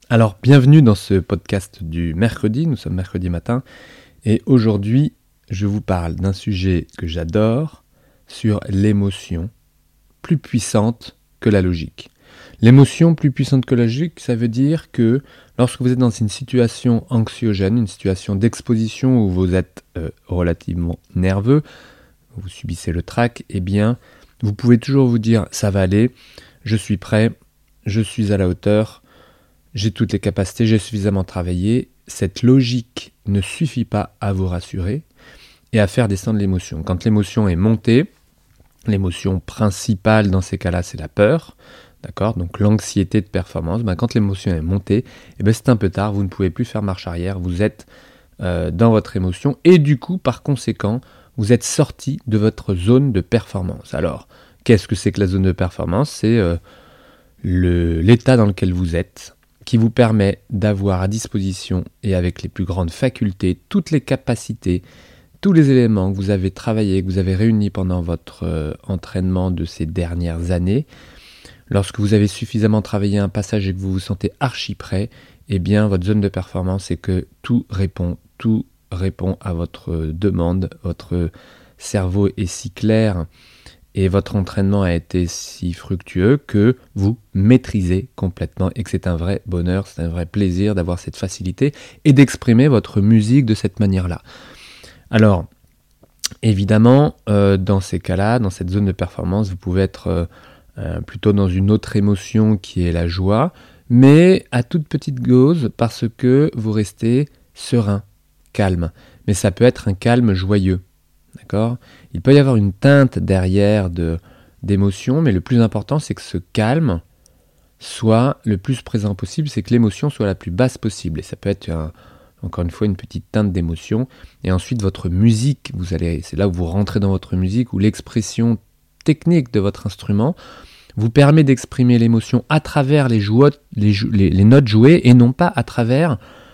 Alors, bienvenue dans ce podcast du mercredi, nous sommes mercredi matin, et aujourd'hui, je vous parle d'un sujet que j'adore, sur l'émotion plus puissante que la logique. L'émotion plus puissante que la logique, ça veut dire que lorsque vous êtes dans une situation anxiogène, une situation d'exposition où vous êtes relativement nerveux, vous subissez le trac, eh bien, vous pouvez toujours vous dire « ça va aller, je suis prêt, je suis à la hauteur », j'ai toutes les capacités, j'ai suffisamment travaillé. Cette logique ne suffit pas à vous rassurer et à faire descendre l'émotion. Quand l'émotion est montée, l'émotion principale dans ces cas-là, c'est la peur, d'accord ? Donc l'anxiété de performance. Quand l'émotion est montée, c'est un peu tard, vous ne pouvez plus faire marche arrière, vous êtes dans votre émotion et du coup, par conséquent, vous êtes sorti de votre zone de performance. Alors, qu'est-ce que c'est que la zone de performance ? C'est l'état dans lequel vous êtes, qui vous permet d'avoir à disposition et avec les plus grandes facultés, toutes les capacités, tous les éléments que vous avez travaillés, que vous avez réunis pendant votre entraînement de ces dernières années. Lorsque vous avez suffisamment travaillé un passage et que vous vous sentez archi prêt, eh bien votre zone de performance, c'est que tout répond à votre demande, votre cerveau est si clair et votre entraînement a été si fructueux que vous maîtrisez complètement et que c'est un vrai bonheur, c'est un vrai plaisir d'avoir cette facilité et d'exprimer votre musique de cette manière-là. Alors, évidemment, dans ces cas-là, dans cette zone de performance, vous pouvez être plutôt dans une autre émotion qui est la joie, mais à toute petite dose parce que vous restez serein, calme. Mais ça peut être un calme joyeux. D'accord ? Il peut y avoir une teinte derrière d'émotion, mais le plus important, c'est que ce calme soit le plus présent possible, c'est que l'émotion soit la plus basse possible. Et ça peut être, encore une fois, une petite teinte d'émotion. Et ensuite, votre musique, c'est là où vous rentrez dans votre musique, où l'expression technique de votre instrument vous permet d'exprimer l'émotion à travers les notes jouées et non pas à travers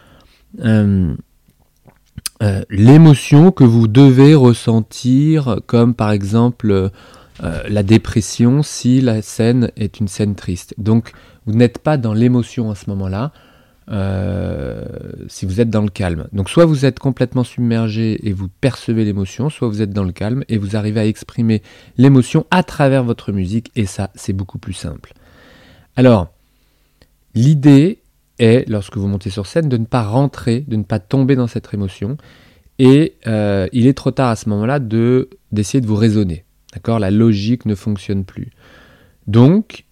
l'émotion que vous devez ressentir, comme par exemple la dépression si la scène est une scène triste. Donc vous n'êtes pas dans l'émotion à ce moment-là, si vous êtes dans le calme. Donc soit vous êtes complètement submergé et vous percevez l'émotion, soit vous êtes dans le calme et vous arrivez à exprimer l'émotion à travers votre musique, et ça c'est beaucoup plus simple. Alors, l'idée est, lorsque vous montez sur scène, de ne pas rentrer, de ne pas tomber dans cette émotion. Et il est trop tard à ce moment-là d'essayer de vous raisonner. D'accord ? La logique ne fonctionne plus. Donc,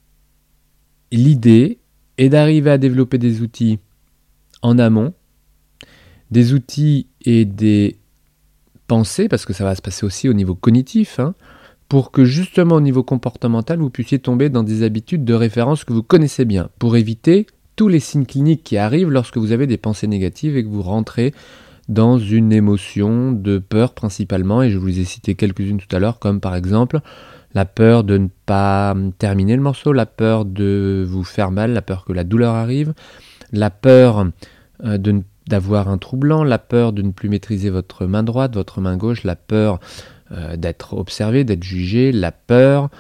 l'idée est d'arriver à développer des outils en amont, des outils et des pensées, parce que ça va se passer aussi au niveau cognitif, pour que justement au niveau comportemental, vous puissiez tomber dans des habitudes de référence que vous connaissez bien, pour éviter tous les signes cliniques qui arrivent lorsque vous avez des pensées négatives et que vous rentrez dans une émotion de peur principalement, et je vous ai cité quelques-unes tout à l'heure, comme par exemple la peur de ne pas terminer le morceau, la peur de vous faire mal, la peur que la douleur arrive, la peur d'avoir un trou blanc, la peur de ne plus maîtriser votre main droite, votre main gauche, la peur d'être observé, d'être jugé, la peur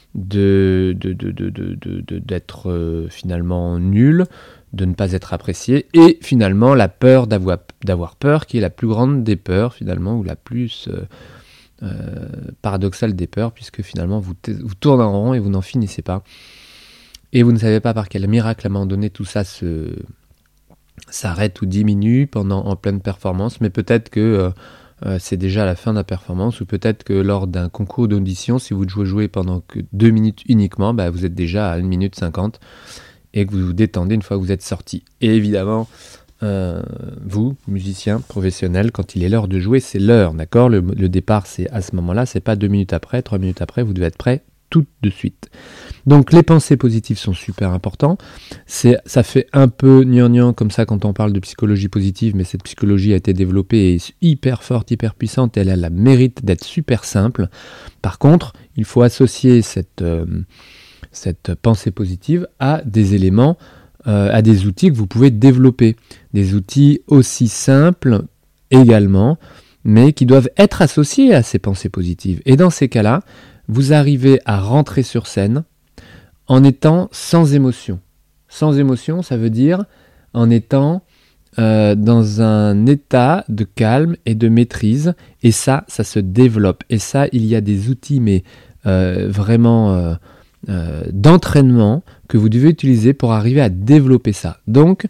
d'être finalement nul, de ne pas être apprécié, et finalement la peur d'avoir peur, qui est la plus grande des peurs finalement, ou la plus paradoxale des peurs, puisque finalement vous tournez en rond et vous n'en finissez pas, et vous ne savez pas par quel miracle à un moment donné tout ça s'arrête ou diminue en pleine performance, mais peut-être que c'est déjà à la fin de la performance, ou peut-être que lors d'un concours d'audition, si vous jouez pendant que 2 minutes uniquement, vous êtes déjà à 1 minute 50 et que vous vous détendez une fois que vous êtes sorti. Et évidemment, vous, musicien professionnel, quand il est l'heure de jouer, c'est l'heure, d'accord ? Le départ, c'est à ce moment-là, c'est pas 2 minutes après, 3 minutes après, vous devez être prêt tout de suite. Donc les pensées positives sont super importantes. Ça fait un peu gnangnan comme ça quand on parle de psychologie positive, mais cette psychologie a été développée et est hyper forte, hyper puissante, elle a le mérite d'être super simple. Par contre, il faut associer cette pensée positive à des éléments, à des outils que vous pouvez développer. Des outils aussi simples également, mais qui doivent être associés à ces pensées positives. Et dans ces cas-là, vous arrivez à rentrer sur scène en étant sans émotion, Sans émotion, ça veut dire en étant dans un état de calme et de maîtrise. Et ça se développe. Et ça, il y a des outils, mais vraiment d'entraînement que vous devez utiliser pour arriver à développer ça. Donc,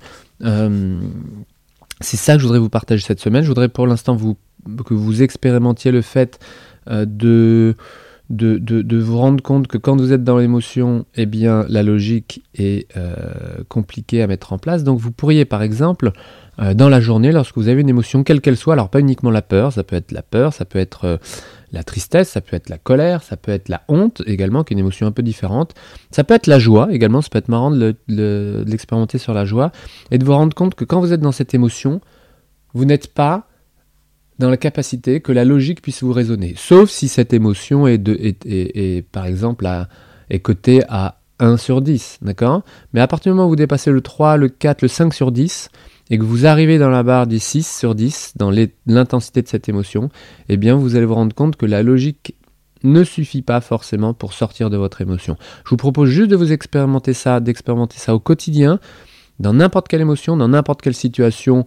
c'est ça que je voudrais vous partager cette semaine. Je voudrais pour l'instant que vous expérimentiez le fait de vous rendre compte que quand vous êtes dans l'émotion, eh bien, la logique est compliquée à mettre en place. Donc vous pourriez par exemple, dans la journée, lorsque vous avez une émotion, quelle qu'elle soit, alors pas uniquement la peur, ça peut être la tristesse, ça peut être la colère, ça peut être la honte également, qui est une émotion un peu différente, ça peut être la joie également, ça peut être marrant de l'expérimenter sur la joie, et de vous rendre compte que quand vous êtes dans cette émotion, vous n'êtes pas dans la capacité que la logique puisse vous raisonner. Sauf si cette émotion est par exemple, est cotée à 1 sur 10, d'accord ? Mais à partir du moment où vous dépassez le 3, le 4, le 5 sur 10, et que vous arrivez dans la barre des 6 sur 10, dans l'intensité de cette émotion, eh bien vous allez vous rendre compte que la logique ne suffit pas forcément pour sortir de votre émotion. Je vous propose juste de vous d'expérimenter ça au quotidien, dans n'importe quelle émotion, dans n'importe quelle situation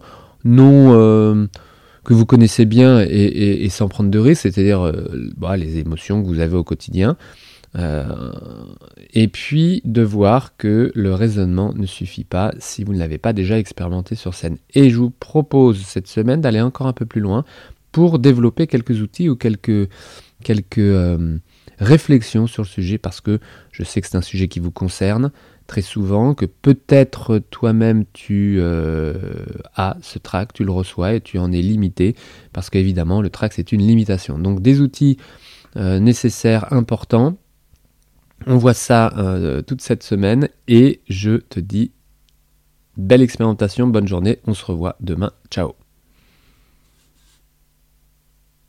que vous connaissez bien et sans prendre de risques, c'est-à-dire les émotions que vous avez au quotidien, et puis de voir que le raisonnement ne suffit pas si vous ne l'avez pas déjà expérimenté sur scène. Et je vous propose cette semaine d'aller encore un peu plus loin pour développer quelques outils ou quelques réflexions sur le sujet, parce que je sais que c'est un sujet qui vous concerne très souvent, que peut-être toi-même tu as ce trac, tu le reçois et tu en es limité, parce qu'évidemment le trac c'est une limitation. Donc des outils nécessaires, importants, on voit ça toute cette semaine, et je te dis belle expérimentation, bonne journée, on se revoit demain, ciao.